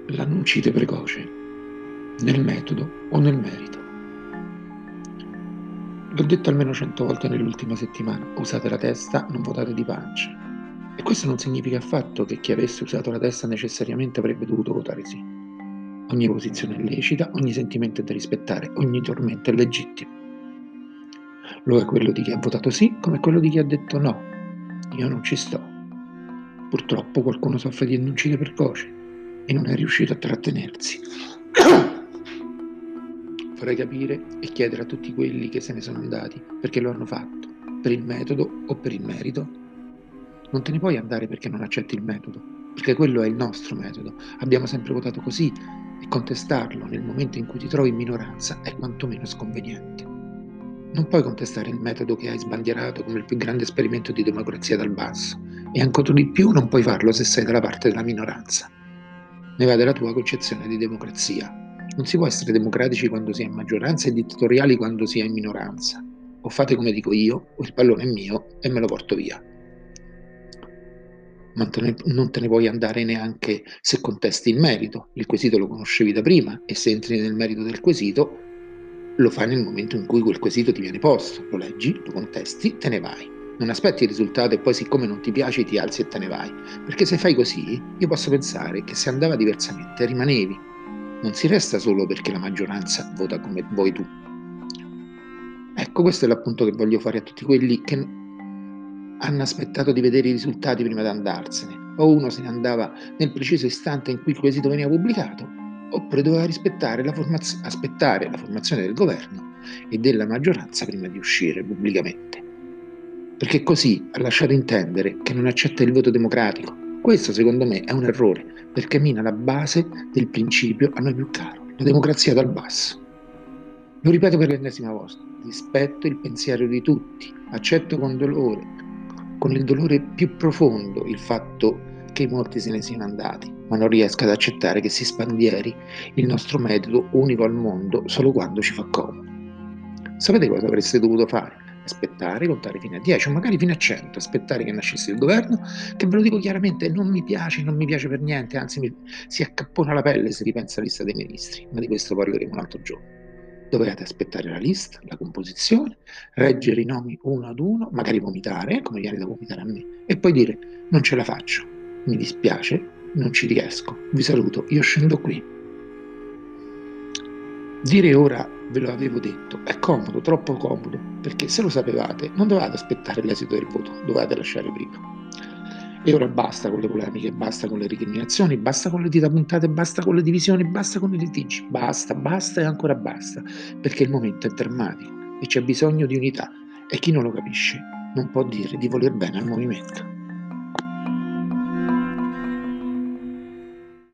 L'annuncite precoce, nel metodo o nel merito. L'ho detto almeno 100 volte nell'ultima settimana: usate la testa, non votate di pancia. E questo non significa affatto che chi avesse usato la testa necessariamente avrebbe dovuto votare sì. Ogni posizione è lecita, ogni sentimento è da rispettare, ogni tormento è legittimo. Lo è quello di chi ha votato sì, come quello di chi ha detto no. Io non ci sto. Purtroppo qualcuno soffre di annuncite precoce e non è riuscito a trattenersi. Vorrei capire e chiedere a tutti quelli che se ne sono andati perché lo hanno fatto, per il metodo o per il merito. Non te ne puoi andare perché non accetti il metodo, perché quello è il nostro metodo. Abbiamo sempre votato così e contestarlo nel momento in cui ti trovi in minoranza è quantomeno sconveniente. Non puoi contestare il metodo che hai sbandierato come il più grande esperimento di democrazia dal basso e ancora di più non puoi farlo se sei dalla parte della minoranza. Ne va della tua concezione di democrazia. Non si può essere democratici quando si è in maggioranza e dittatoriali quando si è in minoranza. O fate come dico io, o il pallone è mio e me lo porto via. Ma non te ne puoi andare neanche se contesti il merito. Il quesito lo conoscevi da prima e se entri nel merito del quesito lo fai nel momento in cui quel quesito ti viene posto. Lo leggi, lo contesti, te ne vai. Non aspetti il risultato e poi siccome non ti piace ti alzi e te ne vai. Perché se fai così, io posso pensare che se andava diversamente rimanevi. Non si resta solo perché la maggioranza vota come vuoi tu. Ecco, questo è l'appunto che voglio fare a tutti quelli che hanno aspettato di vedere i risultati prima di andarsene. O uno se ne andava nel preciso istante in cui il quesito veniva pubblicato, oppure doveva aspettare la formazione del governo e della maggioranza prima di uscire pubblicamente. Perché così ha lasciato intendere che non accetta il voto democratico. Questo, secondo me, è un errore, perché mina la base del principio a noi più caro, la democrazia dal basso. Lo ripeto per l'ennesima volta: rispetto il pensiero di tutti, accetto con dolore, con il dolore più profondo, il fatto che molti se ne siano andati, ma non riesco ad accettare che si sbandieri il nostro metodo unico al mondo solo quando ci fa comodo. Sapete cosa avreste dovuto fare? Aspettare, contare fino a 10 o magari fino a 100, aspettare che nascesse il governo, che ve lo dico chiaramente, non mi piace per niente, anzi si accappona la pelle se ripensa alla lista dei ministri, ma di questo parleremo un altro giorno. Dovevate aspettare la lista, la composizione, reggere i nomi uno ad uno, magari vomitare, come viene da vomitare a me, e poi dire non ce la faccio, mi dispiace, non ci riesco, vi saluto, io scendo qui. Dire ora ve lo avevo detto è comodo, troppo comodo, perché se lo sapevate non dovevate aspettare l'esito del voto, dovevate lasciare prima. E ora basta con le polemiche, basta con le recriminazioni, basta con le dita puntate, basta con le divisioni, basta con i litigi, basta, basta e ancora basta, perché il momento è drammatico e c'è bisogno di unità e chi non lo capisce non può dire di voler bene al movimento.